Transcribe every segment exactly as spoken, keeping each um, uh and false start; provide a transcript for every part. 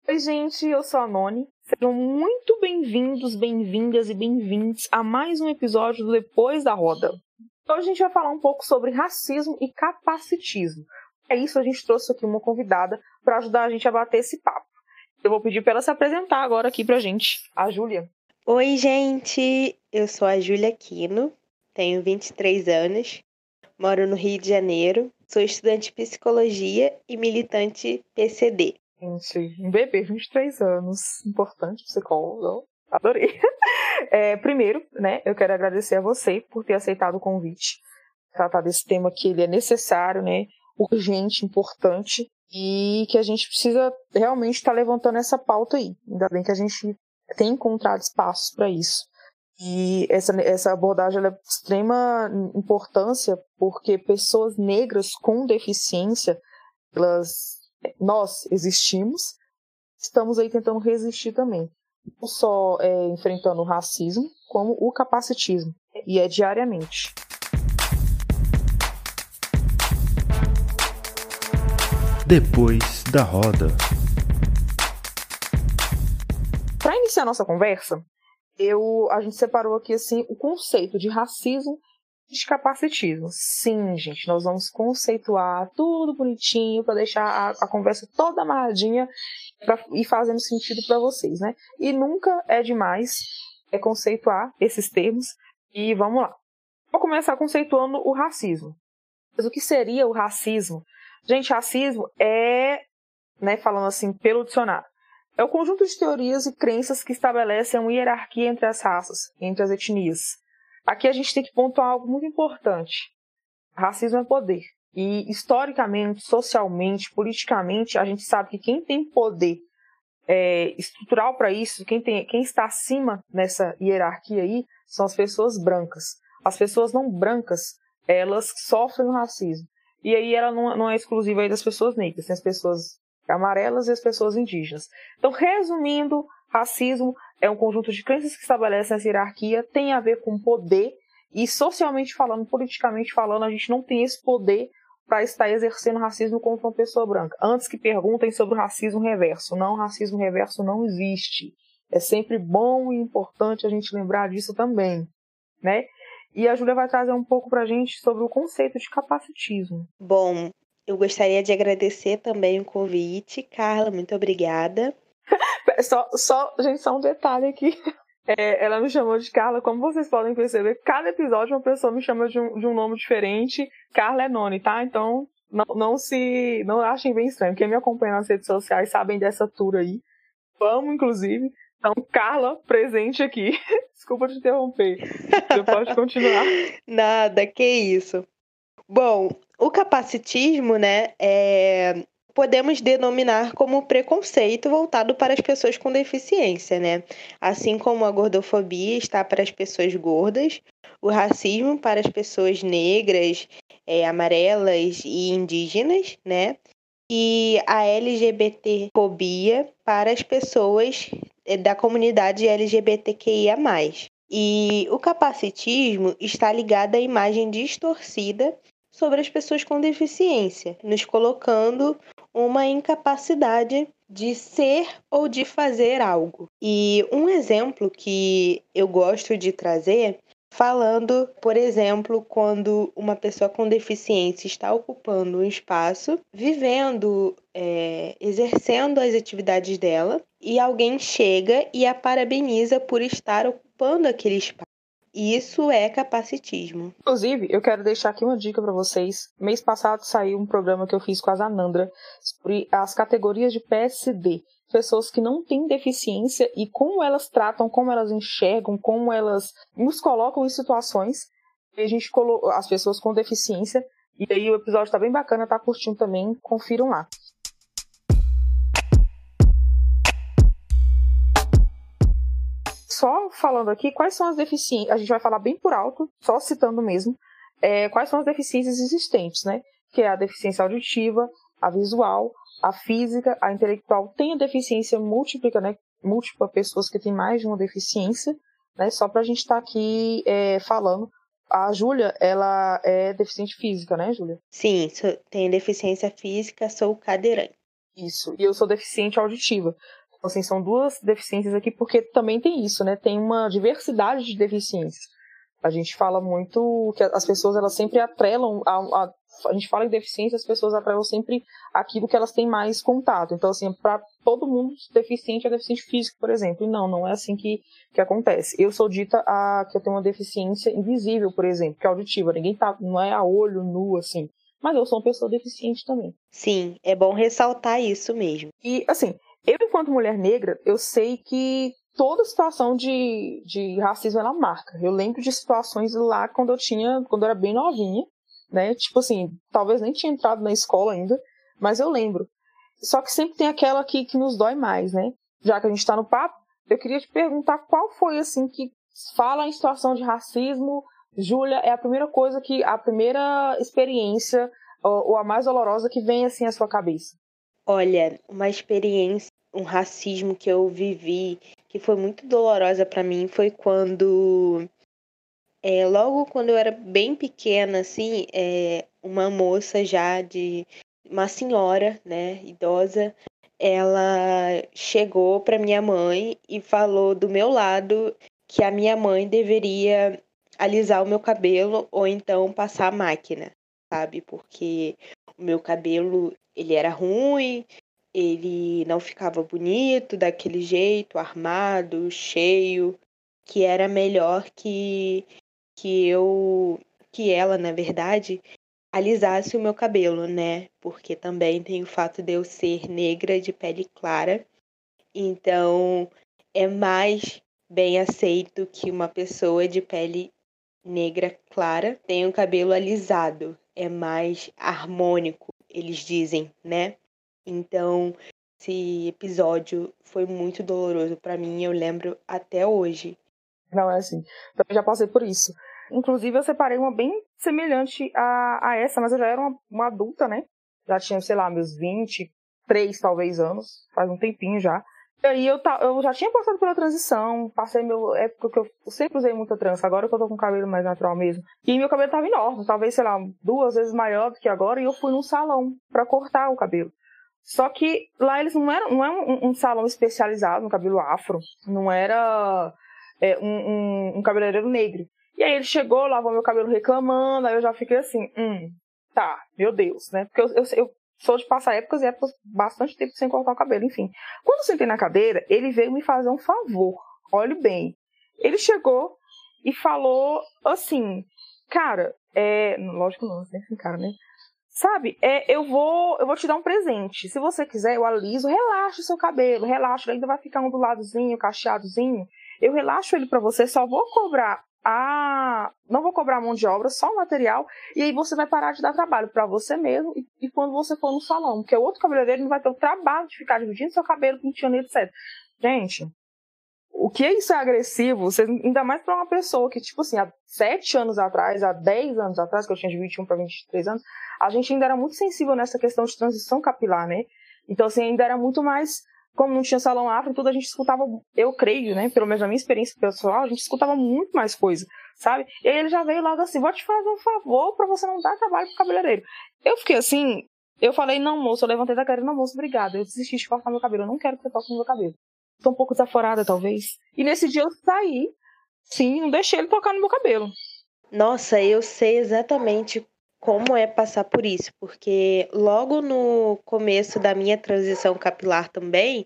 Oi, gente, eu sou a Noni. Sejam muito bem-vindos, bem-vindas e bem-vindos a mais um episódio do Depois da Roda. Hoje a gente vai falar um pouco sobre racismo e capacitismo. É isso, a gente trouxe aqui uma convidada para ajudar a gente a bater esse papo. Eu vou pedir para ela se apresentar agora aqui pra gente, a Júlia. Oi, gente, eu sou a Júlia Aquino, tenho vinte e três anos, moro no Rio de Janeiro, sou estudante de psicologia e militante P C D. Gente, um bebê, vinte e três anos, importante, psicólogo, adorei. É, primeiro, né, eu quero agradecer a você por ter aceitado o convite, tratar desse tema que ele é necessário, né, urgente, importante, e que a gente precisa realmente estar levantando essa pauta aí. Ainda bem que a gente tem encontrado espaços para isso. E essa, essa abordagem ela é de extrema importância porque pessoas negras com deficiência, elas, nós existimos, estamos aí tentando resistir também. Não só é, enfrentando o racismo, como o capacitismo. E é diariamente. Depois da Roda. Para iniciar a nossa conversa, eu, a gente separou aqui assim, o conceito de racismo e de capacitismo. Sim, gente, nós vamos conceituar tudo bonitinho para deixar a, a conversa toda amarradinha pra, e fazendo sentido para vocês, né? E nunca é demais é conceituar esses termos. E vamos lá. Vou começar conceituando o racismo. Mas o que seria o racismo? Gente, racismo é, né, falando assim pelo dicionário, é o conjunto de teorias e crenças que estabelecem uma hierarquia entre as raças, entre as etnias. Aqui a gente tem que pontuar algo muito importante. Racismo é poder. E historicamente, socialmente, politicamente, a gente sabe que quem tem poder é, estrutural para isso, quem, tem, quem está acima nessa hierarquia aí, são as pessoas brancas. As pessoas não brancas, elas sofrem o racismo. E aí ela não, não é exclusiva aí das pessoas negras, tem as pessoas amarelas e as pessoas indígenas. Então, resumindo, racismo é um conjunto de crenças que estabelecem essa hierarquia, tem a ver com poder, e socialmente falando, politicamente falando, a gente não tem esse poder para estar exercendo racismo contra uma pessoa branca. Antes que perguntem sobre o racismo reverso. Não, racismo reverso não existe. É sempre bom e importante a gente lembrar disso também, né? E a Júlia vai trazer um pouco para a gente sobre o conceito de capacitismo. Bom, eu gostaria de agradecer também o convite. Carla, muito obrigada. Só, só, gente, só um detalhe aqui. É, ela me chamou de Carla, como vocês podem perceber, cada episódio uma pessoa me chama de um, de um nome diferente. Carla é Noni, tá? Então, não, não se... não achem bem estranho. Quem me acompanha nas redes sociais sabem dessa tour aí. Vamos, inclusive. Então, Carla, presente aqui. Desculpa te interromper. Você pode continuar. Nada, que isso. Bom, o capacitismo, né, é... podemos denominar como preconceito voltado para as pessoas com deficiência, né? Assim como a gordofobia está para as pessoas gordas, o racismo para as pessoas negras, é, amarelas e indígenas, né? E a LGBTfobia para as pessoas da comunidade L G B T Q I A mais. E o capacitismo está ligado à imagem distorcida sobre as pessoas com deficiência, nos colocando uma incapacidade de ser ou de fazer algo. E um exemplo que eu gosto de trazer, falando, por exemplo, quando uma pessoa com deficiência está ocupando um espaço, vivendo, é, exercendo as atividades dela, e alguém chega e a parabeniza por estar ocupando aquele espaço. Isso é capacitismo. Inclusive, eu quero deixar aqui uma dica para vocês. Mês passado saiu um programa que eu fiz com a Zanandra sobre as categorias de P S D. Pessoas que não têm deficiência e como elas tratam, como elas enxergam, como elas nos colocam em situações. E a gente colocou as pessoas com deficiência. E aí o episódio está bem bacana, tá curtindo também. Confiram lá. Só falando aqui, quais são as deficiências, a gente vai falar bem por alto, só citando mesmo, é, quais são as deficiências existentes, né? Que é a deficiência auditiva, a visual, a física, a intelectual. Tem a deficiência múltipla, né? Múltipla, pessoas que têm mais de uma deficiência, né? Só pra gente estar tá aqui é, falando. A Júlia, ela é deficiente física, né, Júlia? Sim, sou, tenho deficiência física, sou cadeirante. Isso, e eu sou deficiente auditiva. Então, assim, são duas deficiências aqui, porque também tem isso, né? Tem uma diversidade de deficiências. A gente fala muito que as pessoas, elas sempre atrelam, a, a, a gente fala em deficiência, as pessoas atrelam sempre aquilo que elas têm mais contato. Então, assim, para todo mundo, deficiente é deficiente físico, por exemplo. E não, não é assim que, que acontece. Eu sou dita a, que eu tenho uma deficiência invisível, por exemplo, que é auditiva. Ninguém tá, não é a olho nu, assim. Mas eu sou uma pessoa deficiente também. Sim, é bom ressaltar isso mesmo. E, assim, eu, enquanto mulher negra, eu sei que toda situação de, de racismo, ela marca. Eu lembro de situações lá quando eu tinha, quando eu era bem novinha, né? Tipo assim, talvez nem tinha entrado na escola ainda, mas eu lembro. Só que sempre tem aquela que, que nos dói mais, né? Já que a gente tá no papo, eu queria te perguntar qual foi, assim, que fala em situação de racismo. Júlia, é a primeira coisa que, a primeira experiência, ou, ou a mais dolorosa que vem, assim, à sua cabeça. Olha, uma experiência, um racismo que eu vivi, que foi muito dolorosa pra mim, foi quando, é, logo quando eu era bem pequena, assim, é, uma moça já de, uma senhora, né, idosa, ela chegou pra minha mãe e falou do meu lado que a minha mãe deveria alisar o meu cabelo ou então passar a máquina, sabe? Porque o meu cabelo, ele era ruim, ele não ficava bonito daquele jeito, armado, cheio, que era melhor que, que eu, que ela, na verdade, alisasse o meu cabelo, né? Porque também tem o fato de eu ser negra de pele clara, então é mais bem aceito que uma pessoa de pele negra clara tenha o cabelo alisado, é mais harmônico, eles dizem, né? Então, esse episódio foi muito doloroso pra mim, eu lembro até hoje. Não, é assim. Também já passei por isso. Inclusive, eu separei uma bem semelhante a, a essa, mas eu já era uma, uma adulta, né? Já tinha, sei lá, meus vinte e três, talvez, anos. Faz um tempinho já. E aí eu, eu já tinha passado pela transição, passei meu época que eu, eu sempre usei muita trança, agora que eu tô com o cabelo mais natural mesmo. E meu cabelo tava enorme, talvez, sei lá, duas vezes maior do que agora, e eu fui num salão pra cortar o cabelo. Só que lá eles não eram, não é um, um salão especializado no cabelo afro, não era é, um, um, um cabeleireiro negro. E aí ele chegou, lavou meu cabelo reclamando, aí eu já fiquei assim, hum, tá, meu Deus, né? Porque eu, eu, eu sou de passar épocas e épocas bastante tempo sem cortar o cabelo, enfim. Quando eu sentei na cadeira, ele veio me fazer um favor, olhe bem. Ele chegou e falou assim, cara, é... lógico não, assim, cara, né? Sabe, é, eu, vou, eu vou te dar um presente. Se você quiser, eu aliso, relaxa o seu cabelo, relaxa, ele ainda vai ficar onduladozinho, cacheadozinho. Eu relaxo ele pra você, só vou cobrar a... Não vou cobrar a mão de obra, só o material, e aí você vai parar de dar trabalho pra você mesmo e, e quando você for no salão, porque o outro cabeleireiro não vai ter o trabalho de ficar dividindo seu cabelo, penteando, etcétera. Gente, o que isso é agressivo, você, ainda mais pra uma pessoa que, tipo assim, há sete anos atrás, há dez anos atrás, que eu tinha de vinte e um para vinte e três anos, a gente ainda era muito sensível nessa questão de transição capilar, né? Então, assim, ainda era muito mais... Como não tinha salão afro, tudo a gente escutava, eu creio, né? Pelo menos na minha experiência pessoal, a gente escutava muito mais coisa, sabe? E aí ele já veio logo assim, vou te fazer um favor pra você não dar trabalho pro cabeleireiro. Eu fiquei assim, eu falei, não, moço, eu levantei da cadeira, não, moço, obrigada. Eu desisti de cortar meu cabelo, eu não quero que você toque no meu cabelo. Tô um pouco desaforada, talvez. E nesse dia eu saí, sim, não deixei ele tocar no meu cabelo. Nossa, eu sei exatamente como é passar por isso, porque logo no começo da minha transição capilar também,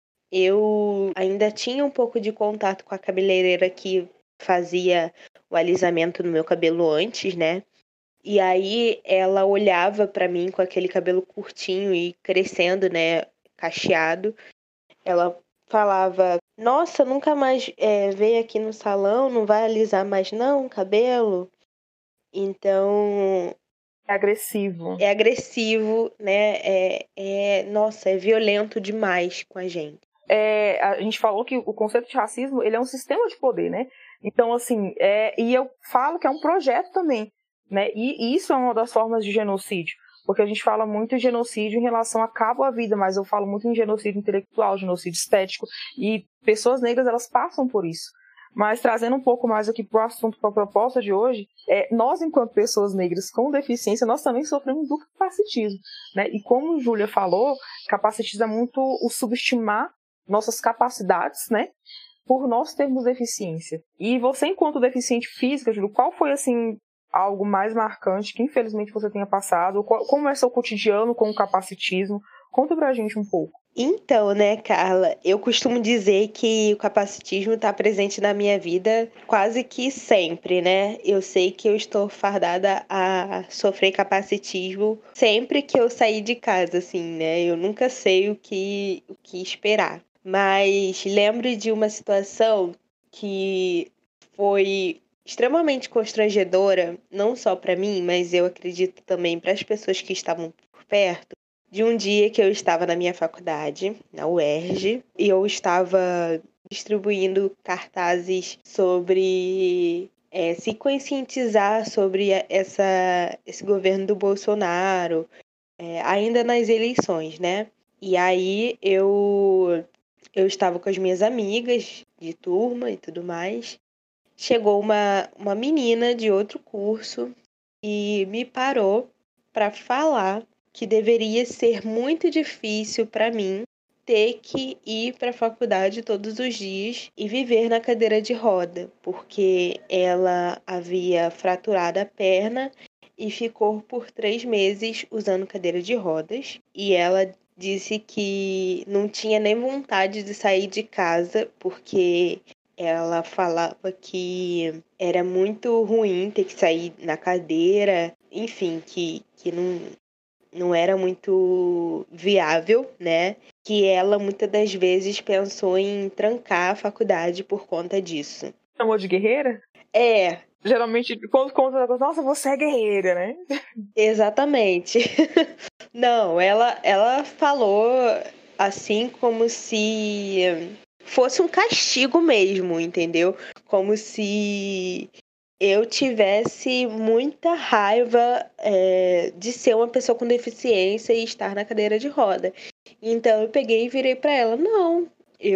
eu ainda tinha um pouco de contato com a cabeleireira que fazia o alisamento no meu cabelo antes, né? E aí ela olhava pra mim com aquele cabelo curtinho e crescendo, né, cacheado. Ela falava, nossa, nunca mais é, veio aqui no salão, não vai alisar mais não o cabelo? Então... É agressivo. É agressivo, né? É, é, nossa, é violento demais com a gente. É, a gente falou que o conceito de racismo, ele é um sistema de poder, né? Então, assim, é, e eu falo que é um projeto também, né? E, e isso é uma das formas de genocídio, porque a gente fala muito em genocídio em relação a cabo à vida, mas eu falo muito em genocídio intelectual, genocídio estético, e pessoas negras, elas passam por isso. Mas trazendo um pouco mais aqui para o assunto, para a proposta de hoje, é, nós, enquanto pessoas negras com deficiência, nós também sofremos do capacitismo, né? E como Júlia falou, capacitismo é muito o subestimar nossas capacidades, né? Por nós termos deficiência. E você, enquanto deficiente física, Júlia, qual foi, assim, algo mais marcante que infelizmente você tenha passado? Como é seu cotidiano com o capacitismo? Conta pra gente um pouco. Então, né, Carla, eu costumo dizer que o capacitismo está presente na minha vida quase que sempre, né? Eu sei que eu estou fardada a sofrer capacitismo sempre que eu sair de casa, assim, né? Eu nunca sei o que, o que esperar. Mas lembro de uma situação que foi extremamente constrangedora, não só para mim, mas eu acredito também para as pessoas que estavam por perto, de um dia que eu estava na minha faculdade, na U E R J, e eu estava distribuindo cartazes sobre é, se conscientizar sobre essa, esse governo do Bolsonaro, é, ainda nas eleições, né? E aí eu, eu estava com as minhas amigas de turma e tudo mais. Chegou uma, uma menina de outro curso e me parou para falar que deveria ser muito difícil para mim ter que ir para a faculdade todos os dias e viver na cadeira de roda, porque ela havia fraturado a perna e ficou por três meses usando cadeira de rodas. E ela disse que não tinha nem vontade de sair de casa, porque ela falava que era muito ruim ter que sair na cadeira, enfim, que, que não, não era muito viável, né? Que ela muitas das vezes pensou em trancar a faculdade por conta disso. Chamou de guerreira? É. Geralmente, quando conta, nossa, você é guerreira, né? Exatamente. Não, ela, ela falou assim como se fosse um castigo mesmo, entendeu? Como se eu tivesse muita raiva é, de ser uma pessoa com deficiência e estar na cadeira de roda. Então eu peguei e virei para ela, não,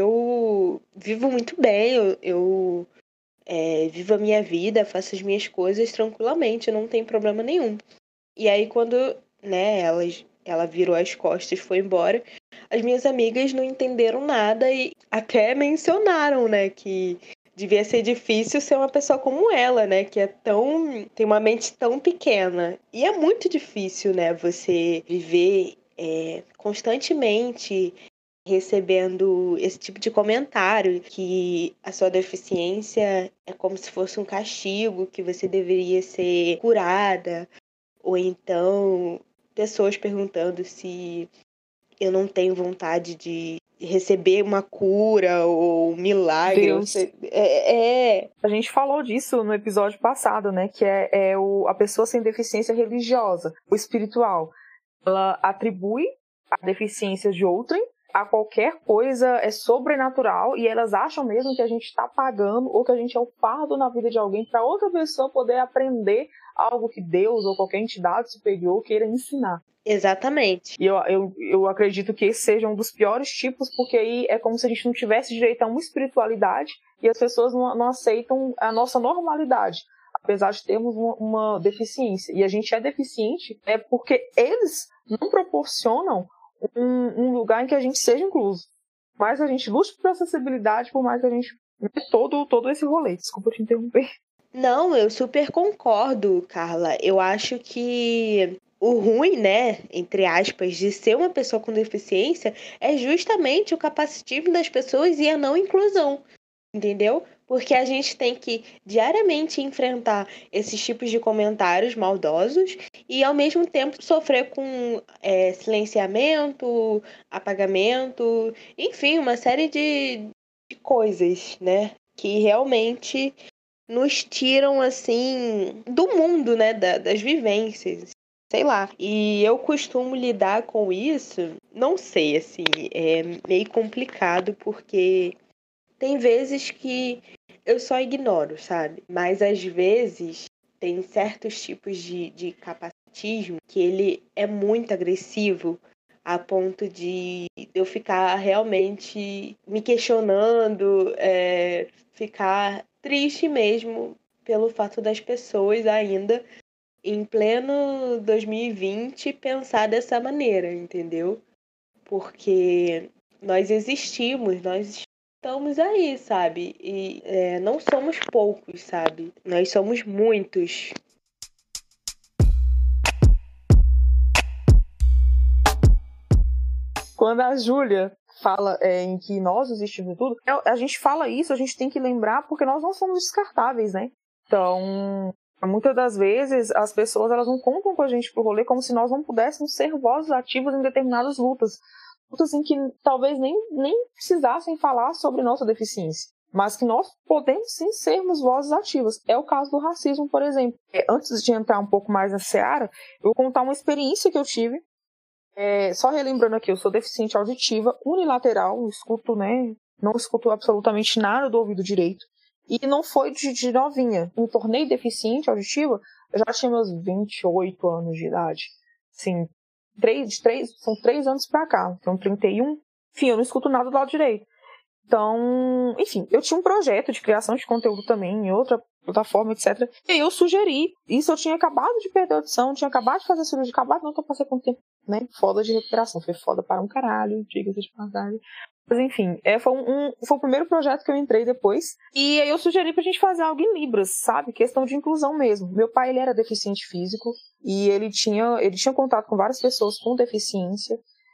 eu vivo muito bem, eu, eu é, vivo a minha vida, faço as minhas coisas tranquilamente, não tem problema nenhum. E aí quando, né, ela, ela virou as costas e foi embora, as minhas amigas não entenderam nada e até mencionaram, né, que devia ser difícil ser uma pessoa como ela, né, que é tão, tem uma mente tão pequena. E é muito difícil, né, você viver é, constantemente recebendo esse tipo de comentário, que a sua deficiência é como se fosse um castigo, que você deveria ser curada, ou então pessoas perguntando se eu não tenho vontade de receber uma cura ou um milagre. Deus. É, é. A gente falou disso no episódio passado, né? Que é, é o, a pessoa sem deficiência religiosa, o espiritual. Ela atribui a deficiência de outrem a qualquer coisa é sobrenatural e elas acham mesmo que a gente está pagando ou que a gente é o fardo na vida de alguém para outra pessoa poder aprender algo que Deus ou qualquer entidade superior queira ensinar. Exatamente. E eu, eu, eu acredito que esse seja um dos piores tipos, porque aí é como se a gente não tivesse direito a uma espiritualidade e as pessoas não, não aceitam a nossa normalidade, apesar de termos uma, uma deficiência. E a gente é deficiente é porque eles não proporcionam um, um lugar em que a gente seja incluso. Por mais que a gente lute por acessibilidade, por mais que a gente... Todo, todo esse rolê. Desculpa te interromper. Não, eu super concordo, Carla. Eu acho que o ruim, né, entre aspas, de ser uma pessoa com deficiência é justamente o capacitismo das pessoas e a não inclusão, entendeu? Porque a gente tem que diariamente enfrentar esses tipos de comentários maldosos e, ao mesmo tempo, sofrer com é, silenciamento, apagamento, enfim, uma série de, de coisas, né, que realmente nos tiram, assim, do mundo, né, da, das vivências. Sei lá. E eu costumo lidar com isso, não sei, assim, é meio complicado, porque tem vezes que eu só ignoro, sabe? Mas às vezes tem certos tipos de, de capacitismo que ele é muito agressivo a ponto de eu ficar realmente me questionando, é, ficar triste mesmo pelo fato das pessoas ainda, em pleno dois mil e vinte, pensar dessa maneira, entendeu? Porque nós existimos, nós estamos aí, sabe? E é, não somos poucos, sabe? Nós somos muitos. Quando a Júlia fala é, em que nós existimos em tudo, a gente fala isso, a gente tem que lembrar porque nós não somos descartáveis, né? Então, muitas das vezes, as pessoas elas não contam com a gente pro rolê como se nós não pudéssemos ser vozes ativas em determinadas lutas. Lutas em que talvez nem, nem precisassem falar sobre nossa deficiência, mas que nós podemos sim sermos vozes ativas. É o caso do racismo, por exemplo. É, antes de entrar um pouco mais na seara, eu vou contar uma experiência que eu tive. É, só relembrando aqui, eu sou deficiente auditiva, unilateral, não escuto, né, não escuto absolutamente nada do ouvido direito. E não foi de, de novinha. Me tornei deficiente auditiva, eu já tinha meus vinte e oito anos de idade. Assim, três, três, são três anos pra cá, são trinta e um. Enfim, eu não escuto nada do lado direito. Então, enfim, eu tinha um projeto de criação de conteúdo também, em outra plataforma, etcétera. E aí eu sugeri, isso eu tinha acabado de perder a audição, tinha acabado de fazer cirurgia, acabado não, que eu passei com tempo, né, foda de recuperação, foi foda para um caralho, diga-se de passagem. Mas enfim, é, foi, um, um, foi o primeiro projeto que eu entrei depois, e aí eu sugeri pra gente fazer algo em Libras, sabe, questão de inclusão mesmo. Meu pai, ele era deficiente físico, e ele tinha, ele tinha contato com várias pessoas com deficiência,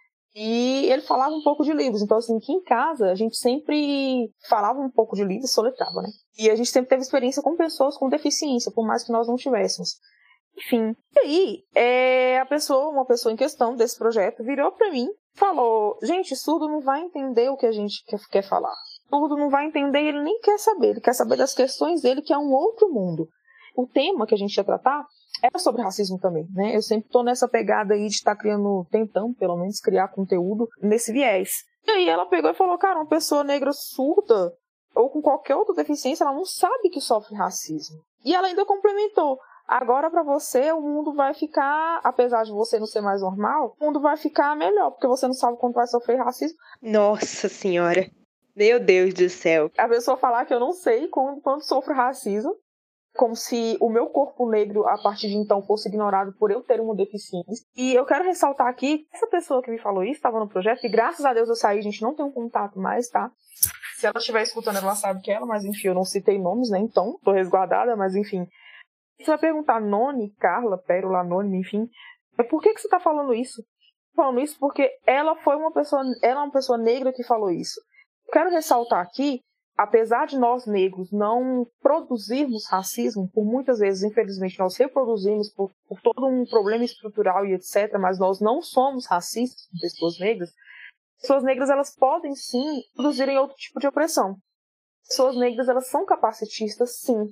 e ele falava um pouco de livros. Então, assim, aqui em casa, a gente sempre falava um pouco de livros, soletrava, né? E a gente sempre teve experiência com pessoas com deficiência, por mais que nós não tivéssemos. Enfim. E aí, é, a pessoa, uma pessoa em questão desse projeto, virou pra mim e falou: gente, surdo não vai entender o que a gente quer, quer falar. Surdo não vai entender, ele nem quer saber. Ele quer saber das questões dele, que é um outro mundo. O tema que a gente ia tratar era sobre racismo também, né? Eu sempre tô nessa pegada aí de estar tá criando, tentando pelo menos criar conteúdo nesse viés. E aí ela pegou e falou: cara, uma pessoa negra surda ou com qualquer outra deficiência, ela não sabe que sofre racismo. E ela ainda complementou: agora pra você o mundo vai ficar, apesar de você não ser mais normal, o mundo vai ficar melhor, porque você não sabe quando vai sofrer racismo. Nossa senhora, meu Deus do céu. A pessoa falar que eu não sei quando, quando sofro racismo, como se o meu corpo negro, a partir de então, fosse ignorado por eu ter uma deficiência. E eu quero ressaltar aqui que essa pessoa que me falou isso estava no projeto, e graças a Deus eu saí, a gente não tem um contato mais, tá? Se ela estiver escutando, ela sabe que é ela, mas enfim, eu não citei nomes, né? Então, tô resguardada, mas enfim. Você vai perguntar, Noni, Carla, Pérola, Anônima, enfim, por que que você tá falando isso? Tô falando isso porque ela foi uma pessoa, ela é uma pessoa negra que falou isso. Eu quero ressaltar aqui, apesar de nós negros não produzirmos racismo, por muitas vezes, infelizmente, nós reproduzimos por, por todo um problema estrutural e etcétera, mas nós não somos racistas com pessoas negras, pessoas negras, elas podem, sim, produzirem outro tipo de opressão. Pessoas negras, elas são capacitistas, sim.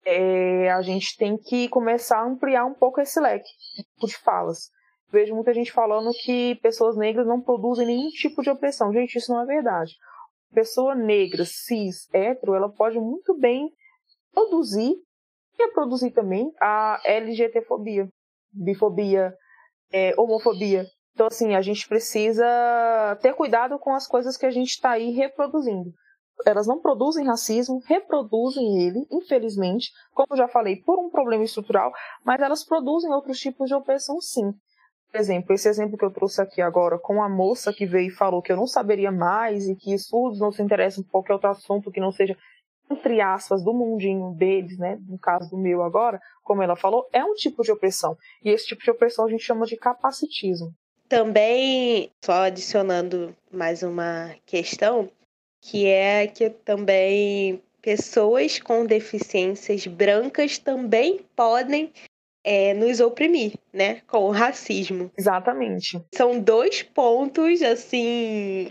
É, a gente tem que começar a ampliar um pouco esse leque de falas. Vejo muita gente falando que pessoas negras não produzem nenhum tipo de opressão. Gente, isso não é verdade. Pessoa negra, cis, hétero, ela pode muito bem produzir e reproduzir também a L G B T fobia, bifobia, é, homofobia. Então, assim, a gente precisa ter cuidado com as coisas que a gente está aí reproduzindo. Elas não produzem racismo, reproduzem ele, infelizmente, como eu já falei, por um problema estrutural, mas elas produzem outros tipos de opressão, sim. Por exemplo, esse exemplo que eu trouxe aqui agora, com a moça que veio e falou que eu não saberia mais e que estudos não se interessam por qualquer outro assunto que não seja, entre aspas, do mundinho deles, né? No caso do meu agora, como ela falou, é um tipo de opressão. E esse tipo de opressão a gente chama de capacitismo. Também, só adicionando mais uma questão, que é que também pessoas com deficiências brancas também podem é, nos oprimir, né? Com o racismo. Exatamente. São dois pontos, assim,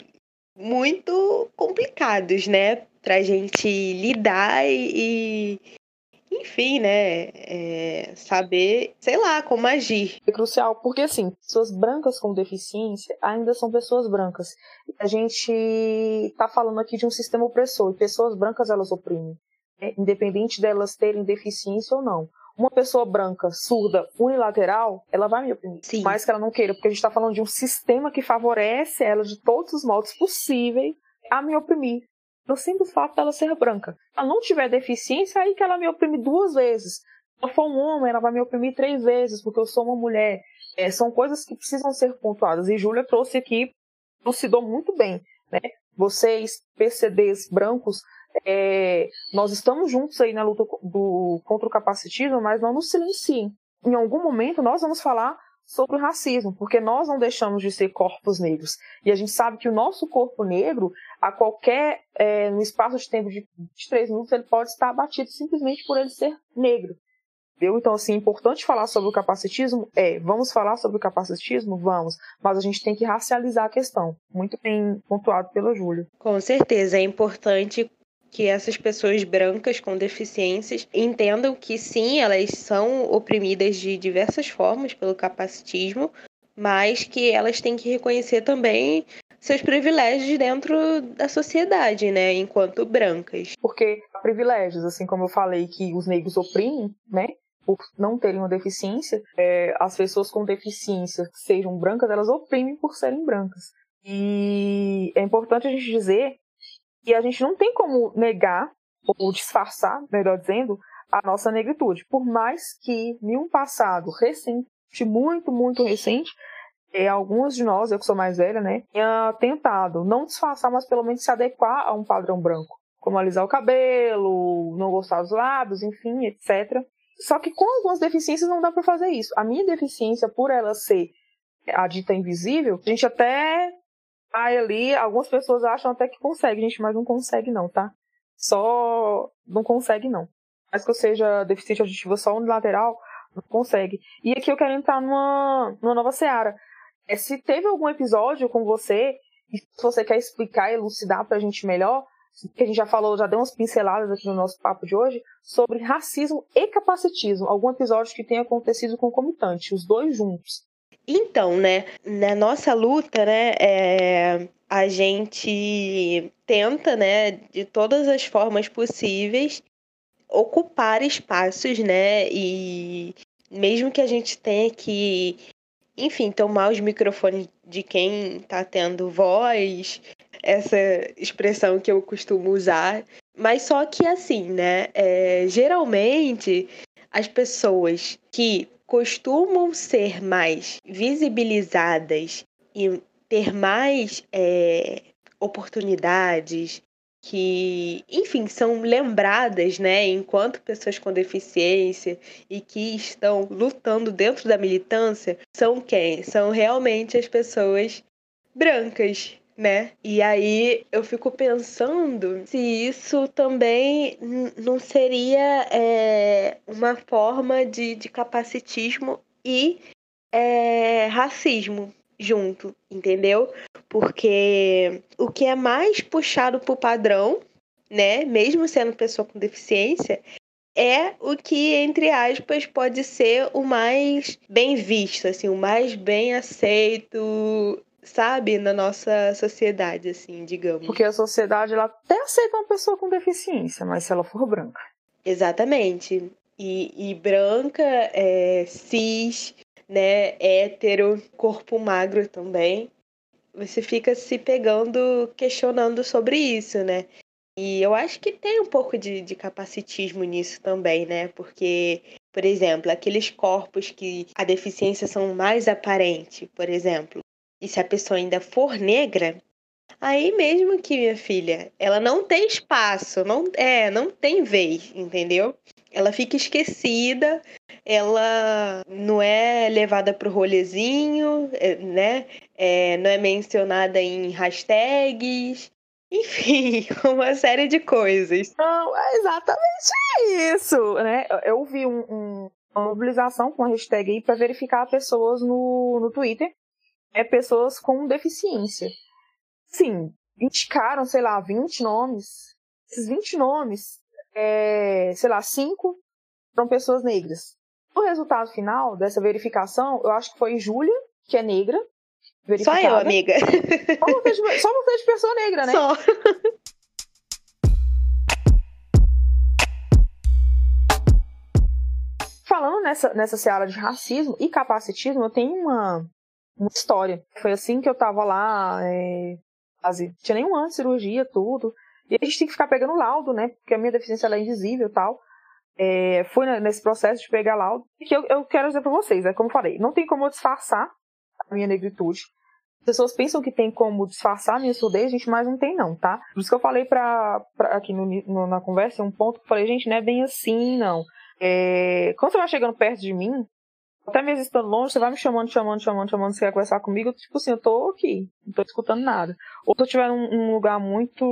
muito complicados, né? Pra gente lidar e, enfim, né? É, saber, sei lá, como agir. É crucial, porque assim, pessoas brancas com deficiência ainda são pessoas brancas. A gente tá falando aqui de um sistema opressor, e pessoas brancas elas oprimem, né? Independente delas terem deficiência ou não. Uma pessoa branca, surda, unilateral, ela vai me oprimir. Sim. Mais que ela não queira, porque a gente tá falando de um sistema que favorece ela de todos os modos possíveis a me oprimir. pelo simples fato dela ser branca. Se ela não tiver deficiência, aí que ela me oprime duas vezes. Se eu for um homem, ela vai me oprimir três vezes, porque eu sou uma mulher. É, são coisas que precisam ser pontuadas. E Júlia trouxe aqui, elucidou muito bem, né? Vocês, P C Ds brancos, é, nós estamos juntos aí na luta do, contra o capacitismo, mas não nos silenciem. Em algum momento nós vamos falar sobre o racismo, porque nós não deixamos de ser corpos negros. E a gente sabe que o nosso corpo negro, a qualquer, é, no espaço de tempo de, de três minutos, ele pode estar abatido simplesmente por ele ser negro. Entendeu? Então, assim, é importante falar sobre o capacitismo? É. Vamos falar sobre o capacitismo? Vamos. Mas a gente tem que racializar a questão. Muito bem pontuado pela Júlia. Com certeza, é importante que essas pessoas brancas com deficiências entendam que sim, elas são oprimidas de diversas formas pelo capacitismo, mas que elas têm que reconhecer também seus privilégios dentro da sociedade, né, enquanto brancas. Porque há privilégios, assim como eu falei que os negros oprimem, né, por não terem uma deficiência, é, as pessoas com deficiência que sejam brancas, elas oprimem por serem brancas. E é importante a gente dizer que a gente não tem como negar, ou disfarçar, melhor dizendo, a nossa negritude. Por mais que, em um passado recente, muito, muito recente, é, algumas de nós, eu que sou mais velha, né, tenha tentado não disfarçar, mas pelo menos se adequar a um padrão branco. Como alisar o cabelo, não gostar dos lábios, enfim, etcétera. Só que com algumas deficiências não dá para fazer isso. A minha deficiência, por ela ser a dita invisível, a gente até vai ali, algumas pessoas acham até que consegue, gente, mas não consegue não, tá? Só não consegue não. Mas que eu seja deficiente auditiva só unilateral, não consegue. E aqui eu quero entrar numa, numa nova seara. É, se teve algum episódio com você, e se você quer explicar e elucidar pra gente melhor, que a gente já falou, já deu umas pinceladas aqui no nosso papo de hoje, sobre racismo e capacitismo. Algum episódio que tenha acontecido concomitante, os dois juntos. Então, né, na nossa luta, né, é, a gente tenta, né, de todas as formas possíveis, ocupar espaços, né, e mesmo que a gente tenha que, enfim, tomar os microfones de quem tá tendo voz, essa expressão que eu costumo usar, mas só que assim, né, é, geralmente as pessoas que costumam ser mais visibilizadas e ter mais é, oportunidades, que, enfim, são lembradas, né, enquanto pessoas com deficiência e que estão lutando dentro da militância, são quem? São realmente as pessoas brancas, né? E aí eu fico pensando se isso também n- não seria é, uma forma de, de capacitismo e é, racismo junto, entendeu? Porque o que é mais puxado pro padrão, né, mesmo sendo pessoa com deficiência, é o que, entre aspas, pode ser o mais bem visto, assim, o mais bem aceito, sabe, na nossa sociedade, assim, digamos. Porque a sociedade, ela até aceita uma pessoa com deficiência, mas se ela for branca. Exatamente. E, e branca, é, cis, né, hétero, corpo magro também. Você fica se pegando, questionando sobre isso, né? E eu acho que tem um pouco de, de capacitismo nisso também, né? Porque, por exemplo, aqueles corpos que a deficiência são mais aparente, por exemplo, e se a pessoa ainda for negra, aí mesmo que, minha filha, ela não tem espaço, não, é, não tem vez, entendeu? Ela fica esquecida, ela não é levada pro rolezinho, é, né? É, não é mencionada em hashtags, enfim, uma série de coisas. Não, é exatamente isso, né? Eu vi um, um, uma mobilização com a hashtag aí para verificar pessoas no, no Twitter, é, pessoas com deficiência. Sim, indicaram, sei lá, vinte nomes. Esses vinte nomes, é, sei lá, cinco foram pessoas negras. O resultado final dessa verificação, eu acho que foi Júlia, que é negra. Verificada. Só eu, amiga. Só você, de, só você de pessoa negra, né? Só. Falando nessa, nessa seara de racismo e capacitismo, eu tenho uma, uma história. Foi assim que eu tava lá, é, quase, tinha nem um ano de cirurgia, tudo. E a gente tem que ficar pegando laudo, né? Porque a minha deficiência ela é invisível e tal. É, foi nesse processo de pegar laudo. E que eu, eu quero dizer pra vocês, é como eu falei, não tem como eu disfarçar a minha negritude. As pessoas pensam que tem como disfarçar a minha surdez, gente, mas não tem não, tá? Por isso que eu falei pra, pra aqui no, no, na conversa, um ponto que eu falei, gente, não é bem assim, não. É, quando você vai chegando perto de mim, até mesmo estando longe, você vai me chamando, chamando, chamando, chamando, você quer conversar comigo, eu, tipo assim, eu tô aqui, não tô escutando nada. Ou se eu estiver num, num lugar muito,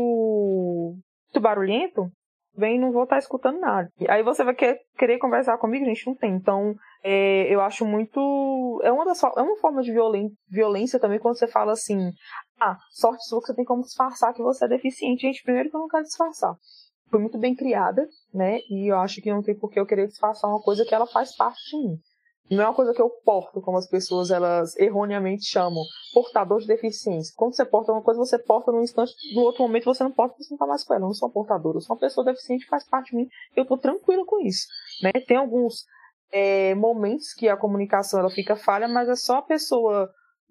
muito barulhento, vem e não vou estar escutando nada. Aí você vai querer, querer conversar comigo, gente, não tem. Então, é, eu acho muito... É uma, das, é uma forma de violen, violência também quando você fala assim, ah, sorte sua que você tem como disfarçar que você é deficiente. Gente, primeiro que eu não quero disfarçar. Fui muito bem criada, né? E eu acho que não tem por que eu querer disfarçar uma coisa que ela faz parte de mim. Não é uma coisa que eu porto, como as pessoas elas erroneamente chamam, portador de deficiência. Quando você porta uma coisa, você porta num instante, no outro momento você não porta porque você não tá mais com ela. Eu não sou uma portadora, eu sou uma pessoa deficiente que faz parte de mim. Eu tô tranquila com isso, né? Tem alguns é, momentos que a comunicação ela fica falha, mas é só a pessoa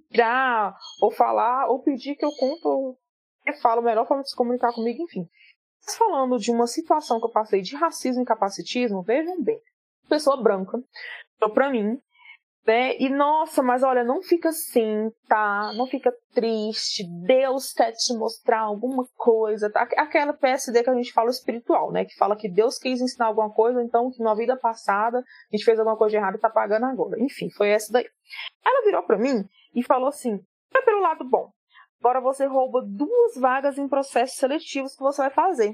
virar ou falar ou pedir que eu conto ou eu falo a melhor forma de se comunicar comigo, enfim. Mas falando de uma situação que eu passei de racismo e capacitismo, vejam bem, pessoa branca, então, pra mim, né? E nossa, mas olha, não fica assim, tá? Não fica triste. Deus quer te mostrar alguma coisa, tá? Aquela P S D que a gente fala espiritual, né? Que fala que Deus quis ensinar alguma coisa, então que na vida passada a gente fez alguma coisa de errado e tá pagando agora. Enfim, foi essa daí. Ela virou pra mim e falou assim: é pelo lado bom. Agora você rouba duas vagas em processos seletivos que você vai fazer.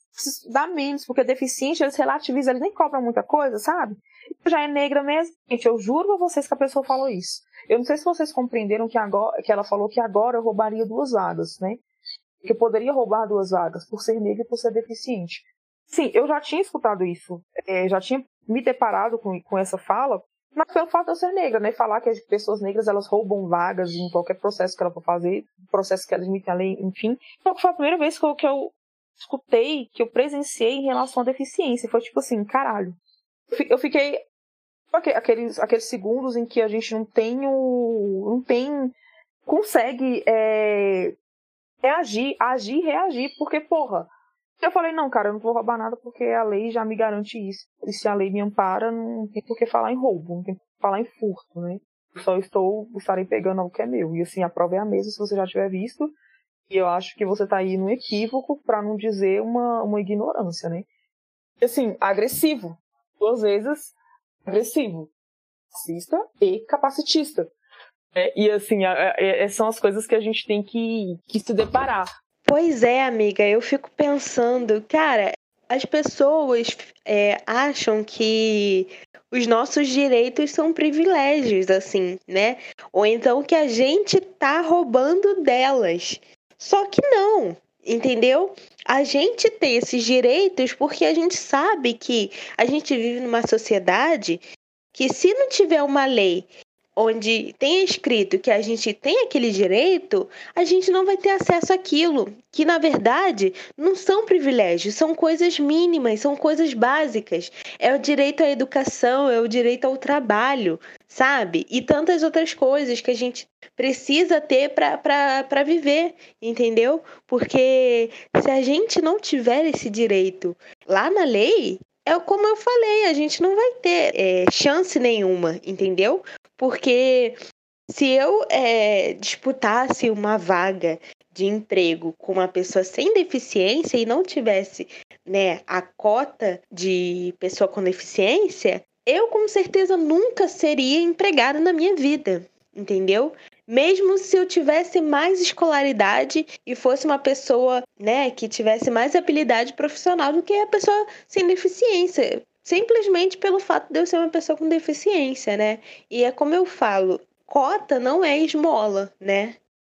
Dá menos, porque deficiente eles relativizam, eles nem cobram muita coisa, sabe? Já é negra mesmo. Gente, eu juro pra vocês que a pessoa falou isso. Eu não sei se vocês compreenderam que, agora, que ela falou que agora eu roubaria duas vagas, né? Que eu poderia roubar duas vagas por ser negra e por ser deficiente. Sim, eu já tinha escutado isso, é, já tinha me deparado com, com essa fala, mas pelo fato de eu ser negra, né? Falar que as pessoas negras elas roubam vagas em qualquer processo que ela for fazer, processo que elas emitem a lei, enfim. Então, foi a primeira vez que eu, que eu escutei, que eu presenciei em relação à deficiência. Foi tipo assim, caralho. Eu fiquei aqueles, aqueles segundos em que a gente não tem o, não tem consegue é, reagir, agir, reagir, porque porra, eu falei, não, cara, eu não vou roubar nada porque a lei já me garante isso, e se a lei me ampara, não tem por que falar em roubo, não tem por que falar em furto, né? Eu só estou, estarei pegando algo que é meu, e assim, a prova é a mesma se você já tiver visto, e eu acho que você tá aí num equívoco para não dizer uma, uma ignorância, né? Assim, agressivo. Duas vezes agressivo, racista e capacitista. É, e assim, é, é, são as coisas que a gente tem que, que se deparar. Pois é, amiga, eu fico pensando, cara, as pessoas é, acham que os nossos direitos são privilégios, assim, né? Ou então que a gente tá roubando delas. Só que não. Entendeu? A gente tem esses direitos porque a gente sabe que a gente vive numa sociedade que se não tiver uma lei onde tem escrito que a gente tem aquele direito, a gente não vai ter acesso àquilo, que na verdade não são privilégios, são coisas mínimas, são coisas básicas. É o direito à educação, é o direito ao trabalho, sabe? E tantas outras coisas que a gente precisa ter para viver, entendeu? Porque se a gente não tiver esse direito lá na lei, é como eu falei, a gente não vai ter é, chance nenhuma, entendeu? Porque se eu é, disputasse uma vaga de emprego com uma pessoa sem deficiência e não tivesse, né, a cota de pessoa com deficiência, eu com certeza nunca seria empregada na minha vida, entendeu? Mesmo se eu tivesse mais escolaridade e fosse uma pessoa, né, que tivesse mais habilidade profissional do que a pessoa sem deficiência. Simplesmente pelo fato de eu ser uma pessoa com deficiência, né? E é como eu falo, cota não é esmola, né?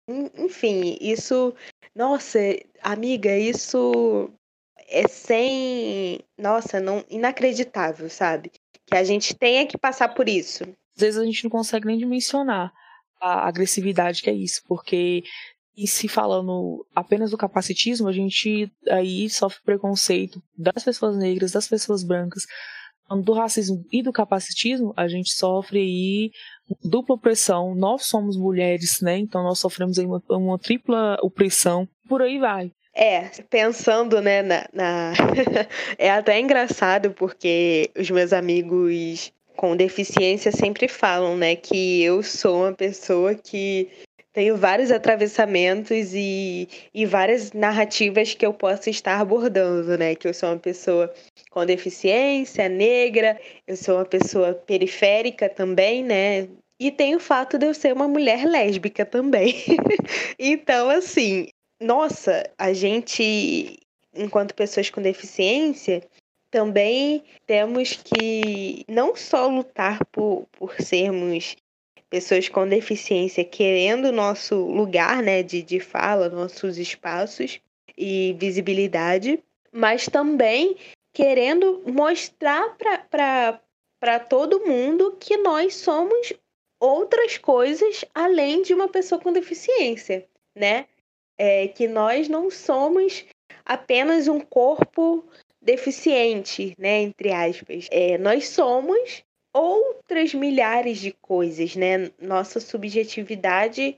Enfim, isso... Nossa, amiga, isso é sem... Nossa, não, inacreditável, sabe? Que a gente tenha que passar por isso. Às vezes a gente não consegue nem dimensionar a agressividade que é isso, porque... E se falando apenas do capacitismo, a gente aí sofre preconceito das pessoas negras, das pessoas brancas. Do racismo e do capacitismo, a gente sofre aí dupla opressão. Nós somos mulheres, né? Então nós sofremos aí uma, uma tripla opressão. Por aí vai. É, pensando, né, na... na... é até engraçado porque os meus amigos com deficiência sempre falam, né, que eu sou uma pessoa que tenho vários atravessamentos e, e várias narrativas que eu posso estar abordando, né, que eu sou uma pessoa com deficiência, negra, eu sou uma pessoa periférica também, né, e tem o fato de eu ser uma mulher lésbica também. Então, assim, nossa, a gente, enquanto pessoas com deficiência, também temos que não só lutar por, por sermos pessoas com deficiência, querendo o nosso lugar, né, de, de fala, nossos espaços e visibilidade, mas também querendo mostrar para todo mundo que nós somos outras coisas além de uma pessoa com deficiência, né? É, que nós não somos apenas um corpo deficiente, né, entre aspas. É, nós somos outras milhares de coisas, né? Nossa subjetividade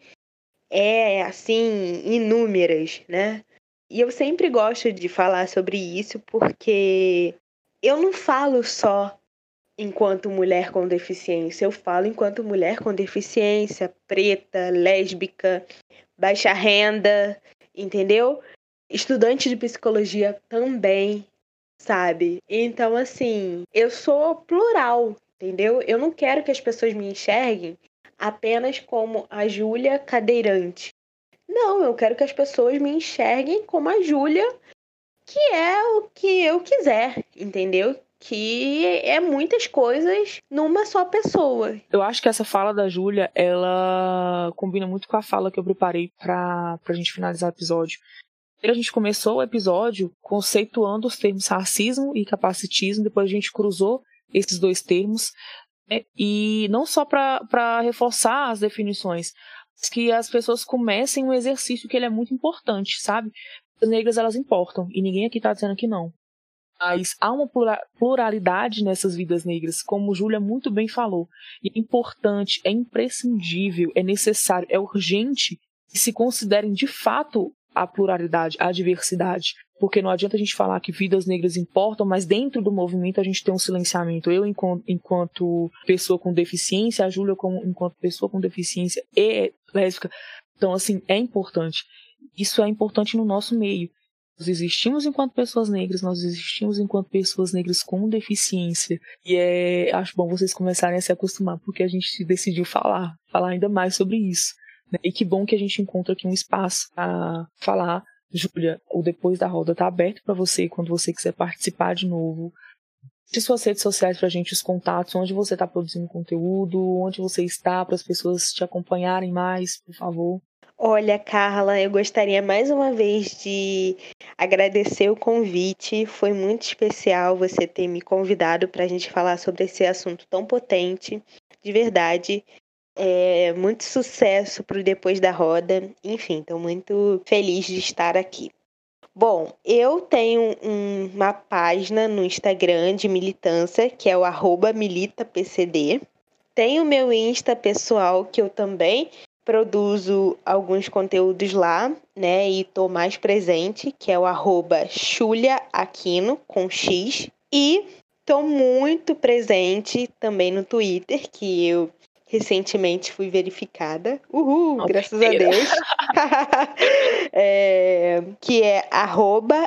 é, assim, inúmeras, né? E eu sempre gosto de falar sobre isso porque eu não falo só enquanto mulher com deficiência, eu falo enquanto mulher com deficiência, preta, lésbica, baixa renda, entendeu? Estudante de psicologia também, sabe? Então, assim, eu sou plural, entendeu? Eu não quero que as pessoas me enxerguem apenas como a Júlia cadeirante. Não, eu quero que as pessoas me enxerguem como a Júlia, que é o que eu quiser, entendeu? Que é muitas coisas numa só pessoa. Eu acho que essa fala da Júlia, ela combina muito com a fala que eu preparei pra, pra gente finalizar o episódio. A gente começou o episódio conceituando os termos racismo e capacitismo, depois a gente cruzou esses dois termos, né? E não só para reforçar as definições, mas que as pessoas comecem um exercício que ele é muito importante, sabe? As negras, elas importam, e ninguém aqui está dizendo que não. Mas há uma pluralidade nessas vidas negras, como Júlia muito bem falou. E é importante, é imprescindível, é necessário, é urgente que se considerem de fato a pluralidade, a diversidade. Porque não adianta a gente falar que vidas negras importam, mas dentro do movimento a gente tem um silenciamento. Eu, enquanto, enquanto pessoa com deficiência, a Júlia como, enquanto pessoa com deficiência e lésbica. Então, assim, é importante. Isso é importante no nosso meio. Nós existimos enquanto pessoas negras, nós existimos enquanto pessoas negras com deficiência. E é, acho bom vocês começarem a se acostumar, porque a gente decidiu falar, falar ainda mais sobre isso. Né? E que bom que a gente encontra aqui um espaço para falar. Júlia, o Depois da Roda está aberto para você, quando você quiser participar de novo. De suas redes sociais para a gente, os contatos, onde você está produzindo conteúdo, onde você está, para as pessoas te acompanharem mais, por favor. Olha, Carla, eu gostaria mais uma vez de agradecer o convite. Foi muito especial você ter me convidado para a gente falar sobre esse assunto tão potente. De verdade, é, muito sucesso para o Depois da Roda. Enfim, estou muito feliz de estar aqui. Bom, eu tenho um, uma página no Instagram de militância, que é o arroba militapcd. Tenho o meu Insta pessoal, que eu também produzo alguns conteúdos lá, né, e tô mais presente, que é o arroba chuliaquino, com X. E tô muito presente também no Twitter, que eu recentemente fui verificada. Uhul, oh, graças a Deus. é, que é arroba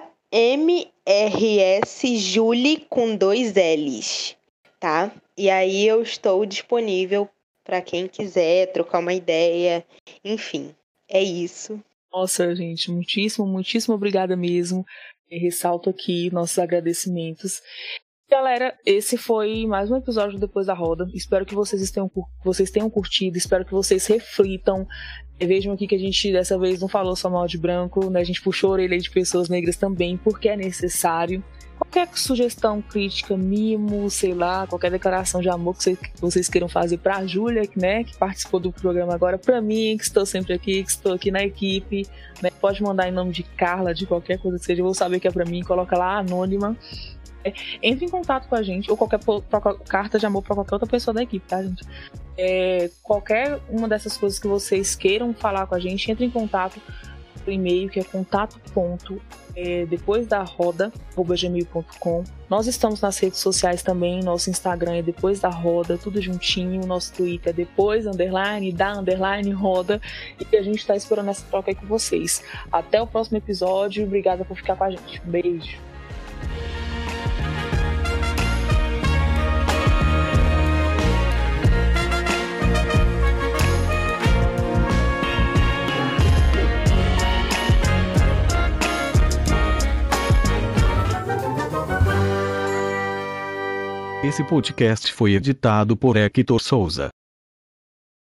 mrsjulie com dois L's, tá? E aí eu estou disponível para quem quiser trocar uma ideia, enfim, é isso. Nossa, gente, muitíssimo, muitíssimo obrigada mesmo. Eu ressalto aqui nossos agradecimentos. Galera, esse foi mais um episódio do Depois da Roda. Espero que vocês tenham, vocês tenham curtido, espero que vocês reflitam. Vejam aqui que a gente dessa vez não falou só mal de branco, né? A gente puxou a orelha de pessoas negras também, porque é necessário. Qualquer sugestão, crítica, mimo, sei lá, qualquer declaração de amor que vocês queiram fazer pra Júlia, né, que participou do programa agora, pra mim, que estou sempre aqui, que estou aqui na equipe, né, pode mandar em nome de Carla, de qualquer coisa que seja, eu vou saber que é pra mim, coloca lá anônima. É, entre em contato com a gente, ou qualquer carta de amor pra qualquer outra pessoa da equipe, tá, gente? É, qualquer uma dessas coisas que vocês queiram falar com a gente, entre em contato. nosso e-mail, que é contato ponto é, depois da roda arroba gmail ponto com. Nós estamos nas redes sociais também, nosso Instagram é depois da roda, tudo juntinho, nosso Twitter é depois underline da underline roda, e a gente está esperando essa troca aí com vocês. Até o próximo episódio, obrigada por ficar com a gente. Beijo. Esse podcast foi editado por Hector Souza.